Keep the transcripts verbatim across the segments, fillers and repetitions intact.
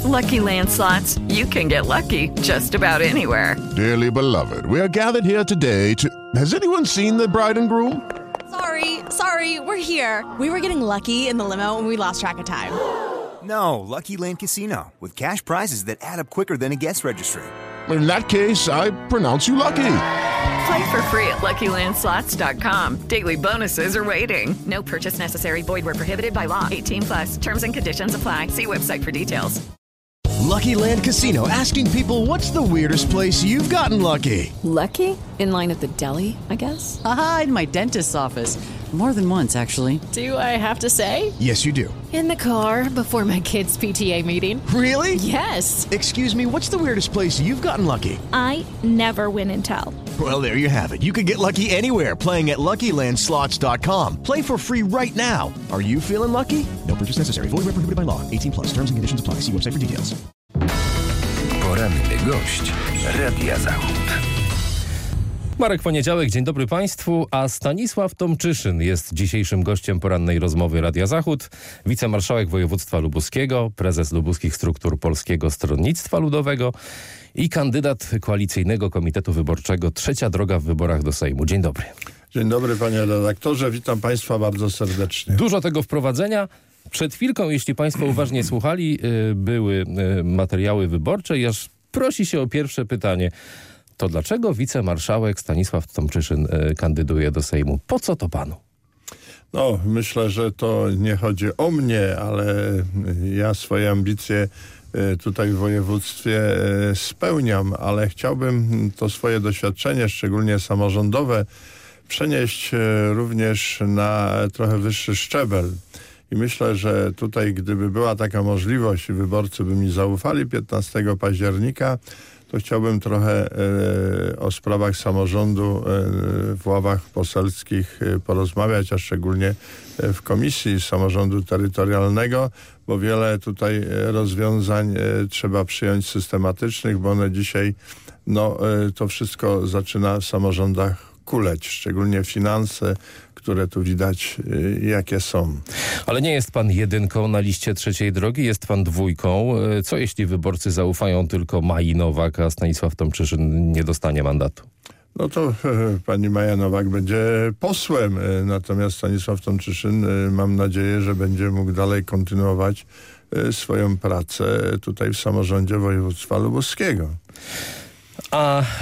Lucky Land Slots, you can get lucky just about anywhere. Dearly beloved, we are gathered here today to... Has anyone seen the bride and groom? Sorry, sorry, we're here. We were getting lucky in the limo and we lost track of time. No, Lucky Land Casino, with cash prizes that add up quicker than a guest registry. In that case, I pronounce you lucky. Play for free at Lucky Land Slots dot com. Daily bonuses are waiting. No purchase necessary. Void where prohibited by law. eighteen plus. Terms and conditions apply. See website for details. Lucky Land Casino, asking people, what's the weirdest place you've gotten lucky? Lucky? In line at the deli, I guess? Aha, in my dentist's office. More than once, actually. Do I have to say? Yes, you do. In the car before my kids' P T A meeting. Really? Yes. Excuse me, what's the weirdest place you've gotten lucky? I never win and tell. Well, there you have it. You can get lucky anywhere, playing at Lucky Land Slots dot com. Play for free right now. Are you feeling lucky? No purchase necessary. Void where prohibited by law. eighteen plus. Terms and conditions apply. See website for details. Poranny gość Radia Zachód. Marek Poniedziałek, dzień dobry Państwu, a Stanisław Tomczyszyn jest dzisiejszym gościem porannej rozmowy Radia Zachód, wicemarszałek województwa lubuskiego, prezes lubuskich struktur Polskiego Stronnictwa Ludowego i kandydat Koalicyjnego Komitetu Wyborczego Trzecia Droga w wyborach do Sejmu. Dzień dobry. Dzień dobry panie redaktorze, witam Państwa bardzo serdecznie. Dużo tego wprowadzenia. Przed chwilką, jeśli Państwo uważnie słuchali, były materiały wyborcze i aż prosi się o pierwsze pytanie. To dlaczego wicemarszałek Stanisław Tomczyszyn kandyduje do Sejmu? Po co to panu? No, myślę, że to nie chodzi o mnie, ale ja swoje ambicje tutaj w województwie spełniam, ale chciałbym to swoje doświadczenie, szczególnie samorządowe, przenieść również na trochę wyższy szczebel. I myślę, że tutaj, gdyby była taka możliwość i wyborcy by mi zaufali piętnastego października, to chciałbym trochę e, o sprawach samorządu e, w ławach poselskich e, porozmawiać, a szczególnie e, w Komisji Samorządu Terytorialnego, bo wiele tutaj e, rozwiązań e, trzeba przyjąć systematycznych, bo one dzisiaj, no e, to wszystko zaczyna w samorządach kuleć, szczególnie finanse, które tu widać, y, jakie są. Ale nie jest pan jedynką na liście Trzeciej Drogi, jest pan dwójką. Co jeśli wyborcy zaufają tylko Mai Nowak, a Stanisław Tomczyszyn nie dostanie mandatu? No to e, pani Maja Nowak będzie posłem, e, natomiast Stanisław Tomczyszyn e, mam nadzieję, że będzie mógł dalej kontynuować e, swoją pracę tutaj w samorządzie województwa lubuskiego. A e,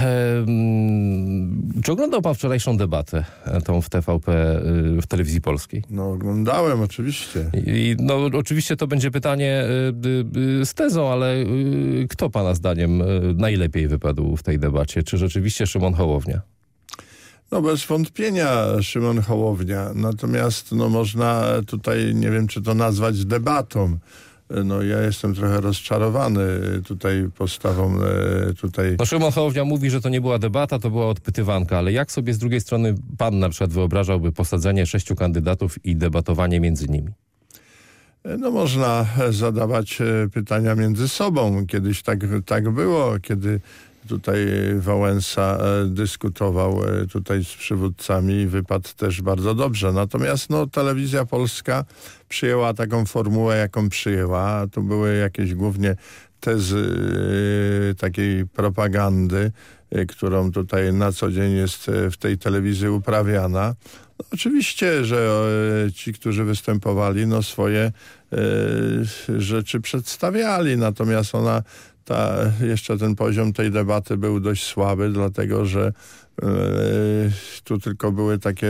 czy oglądał pan wczorajszą debatę, tą w T V P, w Telewizji Polskiej? No oglądałem, oczywiście. I no oczywiście to będzie pytanie y, y, z tezą, ale y, kto pana zdaniem y, najlepiej wypadł w tej debacie? Czy rzeczywiście Szymon Hołownia? No bez wątpienia Szymon Hołownia. Natomiast no można tutaj, nie wiem czy to nazwać debatą. No ja jestem trochę rozczarowany tutaj postawą tutaj... No Szymon Hołownia mówi, że to nie była debata, to była odpytywanka, ale jak sobie z drugiej strony pan na przykład wyobrażałby posadzenie sześciu kandydatów i debatowanie między nimi? No można zadawać pytania między sobą. Kiedyś tak, tak było, kiedy tutaj Wałęsa dyskutował tutaj z przywódcami i wypadł też bardzo dobrze. Natomiast no, Telewizja Polska przyjęła taką formułę, jaką przyjęła. To były jakieś głównie tezy yy, takiej propagandy, yy, którą tutaj na co dzień jest w tej telewizji uprawiana. No, oczywiście, że yy, ci, którzy występowali, no swoje yy, rzeczy przedstawiali. Natomiast ona Ta, jeszcze ten poziom tej debaty był dość słaby, dlatego że e, tu tylko były takie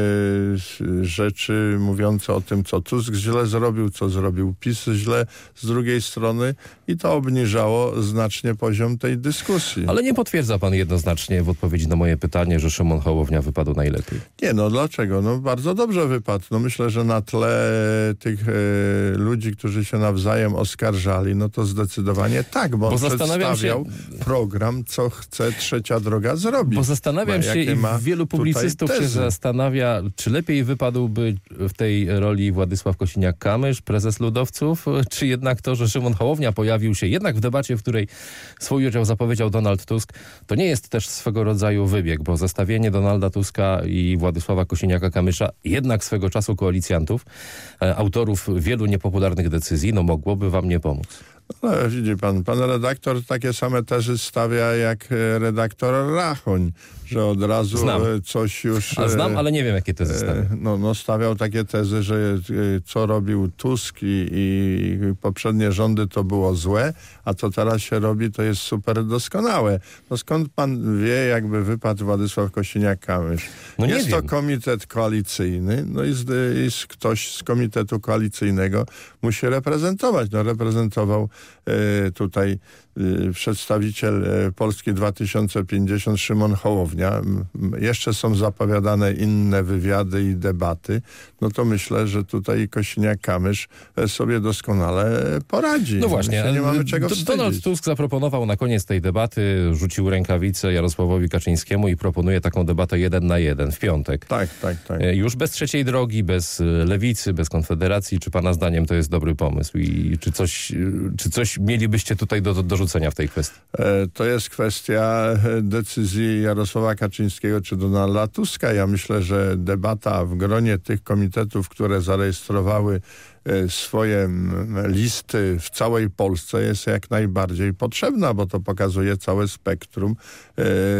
rzeczy mówiące o tym, co Tusk źle zrobił, co zrobił PiS źle z drugiej strony i to obniżało znacznie poziom tej dyskusji. Ale nie potwierdza pan jednoznacznie w odpowiedzi na moje pytanie, że Szymon Hołownia wypadł najlepiej. Nie, no dlaczego? No bardzo dobrze wypadł. No myślę, że na tle tych e, ludzi, którzy się nawzajem oskarżali, no to zdecydowanie tak, bo, bo on przedstawiał się... program, co chce Trzecia Droga zrobić. Bo zastanawiam ma, się i wielu publicystów się zastanawia, czy lepiej wypadłby w tej roli Władysław Kosiniak-Kamysz, prezes Ludowców, czy jednak to, że Szymon Hołownia pojawił się jednak w debacie, w której swój udział zapowiedział Donald Tusk. To nie jest też swego rodzaju wybieg, bo zestawienie Donalda Tuska i Władysława Kosiniaka-Kamysza, jednak swego czasu koalicjantów, e, autorów wielu niepopularnych decyzji, no mogłoby wam nie pomóc. No, widzi pan, pan redaktor takie same tezy stawia jak redaktor Rachoń, że od razu znam. coś już... A znam, ale nie wiem, jakie tezy stawia. No, no stawiał takie tezy, że co robił Tusk i, i poprzednie rządy to było złe, a co teraz się robi, to jest super doskonałe. No skąd pan wie, jakby wypadł Władysław Kosiniak-Kamysz? No jest wiem. to komitet koalicyjny, no i, z, i ktoś z komitetu koalicyjnego musi reprezentować. No reprezentował e, tutaj e, przedstawiciel e, Polski dwa tysiące pięćdziesiąt Szymon Hołownia. M, jeszcze są zapowiadane inne wywiady i debaty. No to myślę, że tutaj Kosiniak-Kamysz sobie doskonale poradzi. No właśnie, myślę, nie mamy czego wstydzić. Donald Tusk zaproponował na koniec tej debaty, rzucił rękawicę Jarosławowi Kaczyńskiemu i proponuje taką debatę jeden na jeden w piątek. Tak, tak, tak. Już bez trzeciej drogi, bez Lewicy, bez Konfederacji. Czy pana zdaniem to jest dobry pomysł? I czy coś, czy coś mielibyście tutaj do, do dorzucenia w tej kwestii? E, to jest kwestia decyzji Jarosława Kaczyńskiego czy Donalda Tuska. Ja myślę, że debata w gronie tych komitetów, które zarejestrowały swoje listy w całej Polsce jest jak najbardziej potrzebna, bo to pokazuje całe spektrum, e,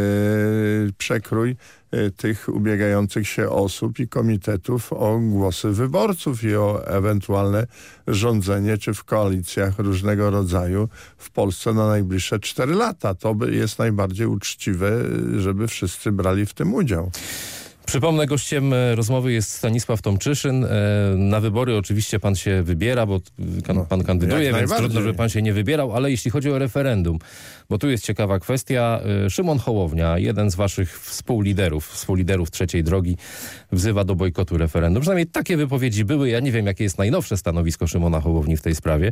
przekrój e, tych ubiegających się osób i komitetów o głosy wyborców i o ewentualne rządzenie czy w koalicjach różnego rodzaju w Polsce na najbliższe cztery lata. To by jest najbardziej uczciwe, żeby wszyscy brali w tym udział. Przypomnę, gościem rozmowy jest Stanisław Tomczyszyn. Na wybory oczywiście pan się wybiera, bo pan, pan kandyduje, więc trudno, żeby pan się nie wybierał, ale jeśli chodzi o referendum, bo tu jest ciekawa kwestia. Szymon Hołownia, jeden z waszych współliderów, współliderów trzeciej drogi, wzywa do bojkotu referendum. Przynajmniej takie wypowiedzi były. Ja nie wiem, jakie jest najnowsze stanowisko Szymona Hołowni w tej sprawie.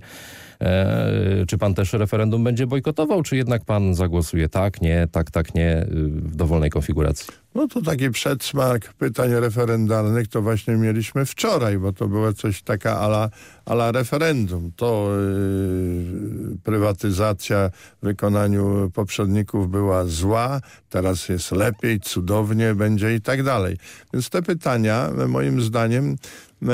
E, czy pan też referendum będzie bojkotował, czy jednak pan zagłosuje tak, nie, tak, tak, nie w dowolnej konfiguracji? No to taki przedsmak pytań referendalnych to właśnie mieliśmy wczoraj, bo to było coś taka ala, ala referendum. To yy, prywatyzacja w wykonaniu poprzedników była zła, teraz jest lepiej, cudownie będzie i tak dalej. Więc te pytania moim zdaniem yy,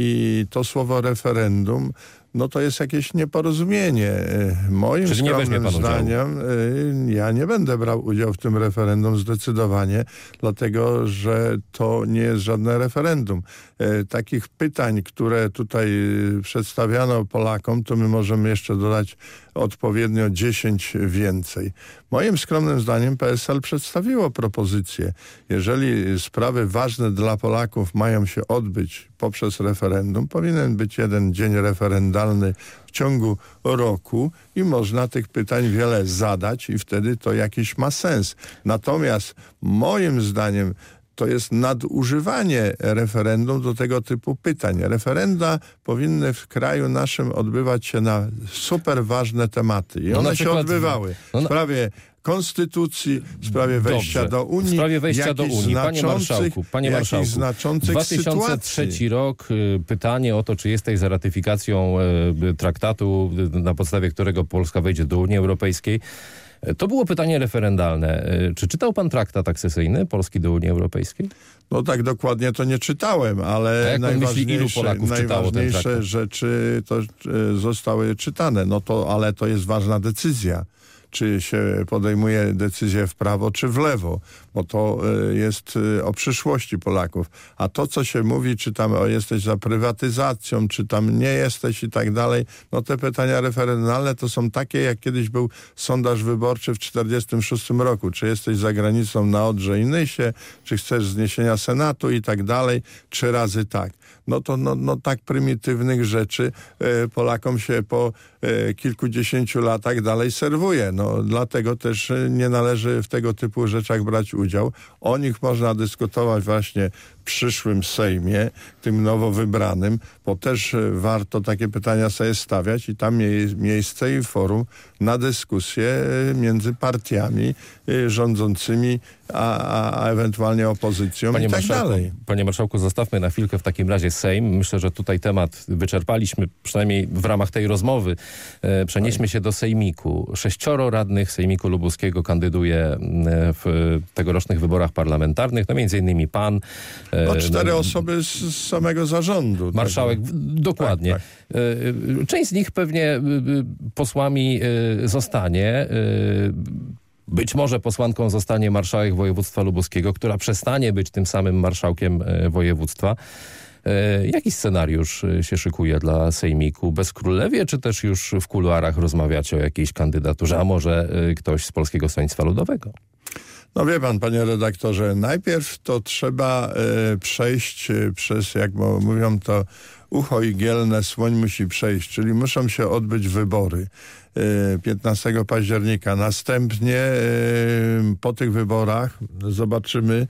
i to słowo referendum no to jest jakieś nieporozumienie. Moim Czyli skromnym nie zdaniem y, ja nie będę brał udziału w tym referendum zdecydowanie, dlatego że to nie jest żadne referendum. Y, takich pytań, które tutaj przedstawiano Polakom, to my możemy jeszcze dodać odpowiednio dziesięć więcej. Moim skromnym zdaniem P S L przedstawiło propozycję. Jeżeli sprawy ważne dla Polaków mają się odbyć poprzez referendum, powinien być jeden dzień referendalny w ciągu roku i można tych pytań wiele zadać i wtedy to jakiś ma sens. Natomiast moim zdaniem to jest nadużywanie referendum do tego typu pytań. Referenda powinny w kraju naszym odbywać się na super ważne tematy. I no one przykład, się odbywały no w sprawie konstytucji, w sprawie wejścia Dobrze. do Unii. W sprawie wejścia do Unii. Panie marszałku, panie marszałku, dwa tysiące trzeci rok, pytanie o to, czy jesteś za ratyfikacją traktatu, na podstawie którego Polska wejdzie do Unii Europejskiej. To było pytanie referendalne. Czy czytał pan traktat akcesyjny Polski do Unii Europejskiej? No tak dokładnie to nie czytałem, ale myśli, ilu Polaków najważniejsze rzeczy to zostały czytane. No to, ale to jest ważna decyzja. Czy się podejmuje decyzję w prawo, czy w lewo, bo to jest o przyszłości Polaków. A to, co się mówi, czy tam o, jesteś za prywatyzacją, czy tam nie jesteś i tak dalej, no te pytania referendalne to są takie, jak kiedyś był sondaż wyborczy w czterdziestym szóstym roku. Czy jesteś za granicą na Odrze i Nysie, czy chcesz zniesienia Senatu i tak dalej, trzy razy tak. No to no, no tak prymitywnych rzeczy e, Polakom się po e, kilkudziesięciu latach dalej serwuje. No dlatego też nie należy w tego typu rzeczach brać udział. O nich można dyskutować właśnie w przyszłym Sejmie, tym nowo wybranym, bo też warto takie pytania sobie stawiać i tam jest miejsce i forum na dyskusję między partiami rządzącymi, a, a, a ewentualnie opozycją panie i tak marszałku, dalej. Panie marszałku, zostawmy na chwilkę w takim razie Sejm. Myślę, że tutaj temat wyczerpaliśmy, przynajmniej w ramach tej rozmowy. E, przenieśmy się do Sejmiku. Sześcioro radnych Sejmiku Lubuskiego kandyduje w tegorocznych wyborach parlamentarnych. No między innymi pan, No cztery osoby z, z samego zarządu. Marszałek, tak, dokładnie. Tak, tak. Część z nich pewnie posłami zostanie. Być może posłanką zostanie marszałek województwa lubuskiego, która przestanie być tym samym marszałkiem województwa. Jaki scenariusz się szykuje dla sejmiku? Bez Królewie, czy też już w kuluarach rozmawiacie o jakiejś kandydaturze, a może ktoś z Polskiego Stronnictwa Ludowego? No wie pan, panie redaktorze, najpierw to trzeba y, przejść przez, jak mówią to, ucho igielne, słoń musi przejść, czyli muszą się odbyć wybory piętnastego października. Następnie po tych wyborach zobaczymy,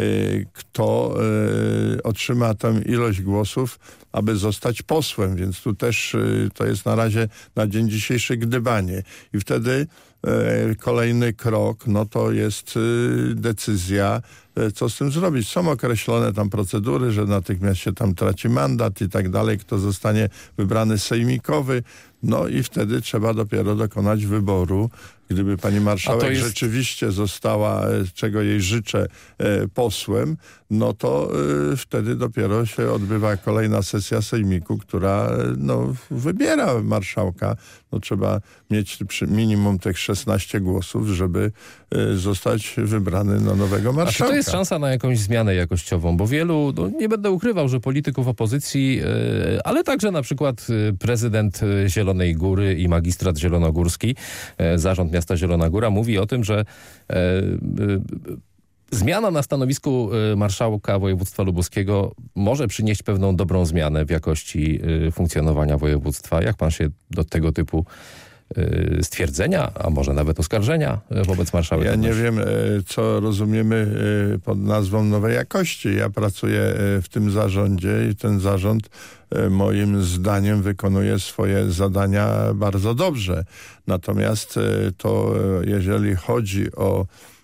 kto otrzyma tę ilość głosów, aby zostać posłem, więc tu też to jest na razie na dzień dzisiejszy gdybanie. I wtedy kolejny krok, no to jest decyzja, co z tym zrobić. Są określone tam procedury, że natychmiast się tam traci mandat i tak dalej, kto zostanie wybrany sejmikowy. No i wtedy trzeba dopiero dokonać wyboru. Gdyby pani marszałek jest... rzeczywiście została, czego jej życzę, posłem, no to y, wtedy dopiero się odbywa kolejna sesja sejmiku, która no, wybiera marszałka. No, trzeba mieć przy minimum tych szesnaście głosów, żeby y, zostać wybrany na nowego marszałka. A czy to jest szansa na jakąś zmianę jakościową? Bo wielu, no, nie będę ukrywał, że polityków opozycji, y, ale także na przykład y, prezydent Zielonej Góry i magistrat zielonogórski, y, zarząd miasta Zielona Góra mówi o tym, że y, y, zmiana na stanowisku marszałka województwa lubuskiego może przynieść pewną dobrą zmianę w jakości funkcjonowania województwa. Jak pan się do tego typu stwierdzenia, a może nawet oskarżenia wobec marszałka? Ja nie wiem, co rozumiemy pod nazwą nowej jakości. Ja pracuję w tym zarządzie i ten zarząd moim zdaniem wykonuje swoje zadania bardzo dobrze. Natomiast to, jeżeli chodzi o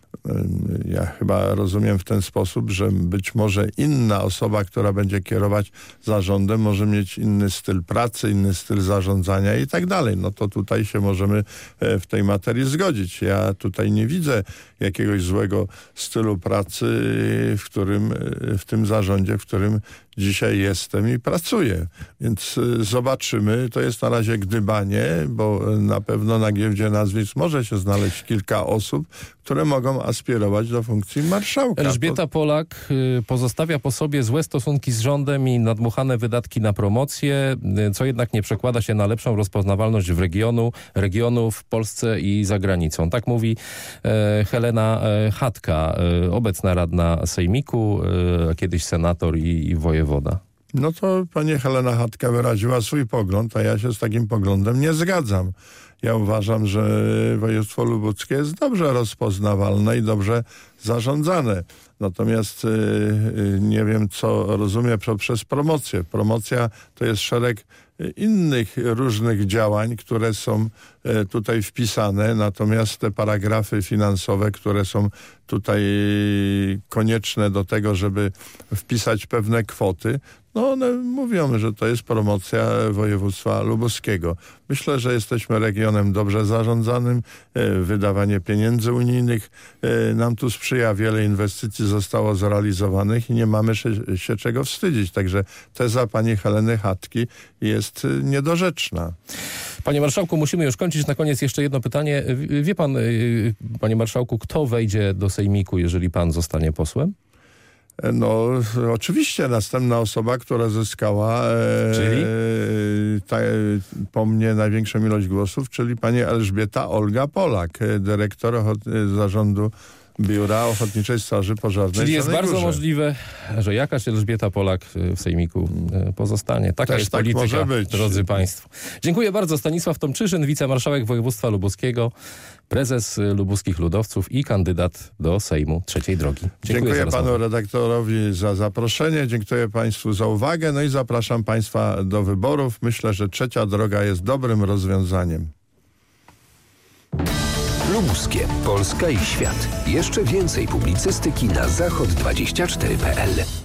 ja chyba rozumiem w ten sposób, że być może inna osoba, która będzie kierować zarządem, może mieć inny styl pracy, inny styl zarządzania i tak dalej. No to tutaj się możemy w tej materii zgodzić. Ja tutaj nie widzę jakiegoś złego stylu pracy, w którym, w tym zarządzie, w którym dzisiaj jestem i pracuję. Więc zobaczymy. To jest na razie gdybanie, bo na pewno na giełdzie nazwisk może się znaleźć kilka osób, które mogą aspirować do funkcji marszałka. Elżbieta Polak pozostawia po sobie złe stosunki z rządem i nadmuchane wydatki na promocję, co jednak nie przekłada się na lepszą rozpoznawalność w regionu, regionu w Polsce i za granicą. Tak mówi e, Helena e, Chatka, e, obecna radna sejmiku, e, kiedyś senator i, i wojewoda. No to pani Helena Chatka wyraziła swój pogląd, a ja się z takim poglądem nie zgadzam. Ja uważam, że województwo lubuskie jest dobrze rozpoznawalne i dobrze zarządzane. Natomiast yy, nie wiem, co rozumie poprzez promocję. Promocja to jest szereg innych różnych działań, które są e, tutaj wpisane, natomiast te paragrafy finansowe, które są tutaj konieczne do tego, żeby wpisać pewne kwoty, no one mówią, że to jest promocja województwa lubuskiego. Myślę, że jesteśmy regionem dobrze zarządzanym, e, wydawanie pieniędzy unijnych e, nam tu sprzyja, wiele inwestycji zostało zrealizowanych i nie mamy się, się czego wstydzić. Także teza pani Heleny Chatki jest niedorzeczna. Panie marszałku, musimy już kończyć. Na koniec jeszcze jedno pytanie. Wie pan, panie marszałku, kto wejdzie do sejmiku, jeżeli pan zostanie posłem? No, oczywiście następna osoba, która zyskała e, czyli? E, ta, po mnie największą ilość głosów, czyli pani Elżbieta Olga Polak, dyrektor zarządu Biura Ochotniczej Straży Pożarnej. Czyli jest bardzo Górze. możliwe, że jakaś Elżbieta Polak w sejmiku pozostanie. Taka Też jest tak polityka, może być. Drodzy państwo. Dziękuję bardzo. Stanisław Tomczyszyn, wicemarszałek województwa lubuskiego, prezes lubuskich ludowców i kandydat do Sejmu Trzeciej Drogi. Dziękuję, Dziękuję za panu redaktorowi za zaproszenie, dziękuję państwu za uwagę, no i zapraszam państwa do wyborów. Myślę, że Trzecia Droga jest dobrym rozwiązaniem. Lubuskie, Polska i świat. Jeszcze więcej publicystyki na zachod dwadzieścia cztery kropka p l.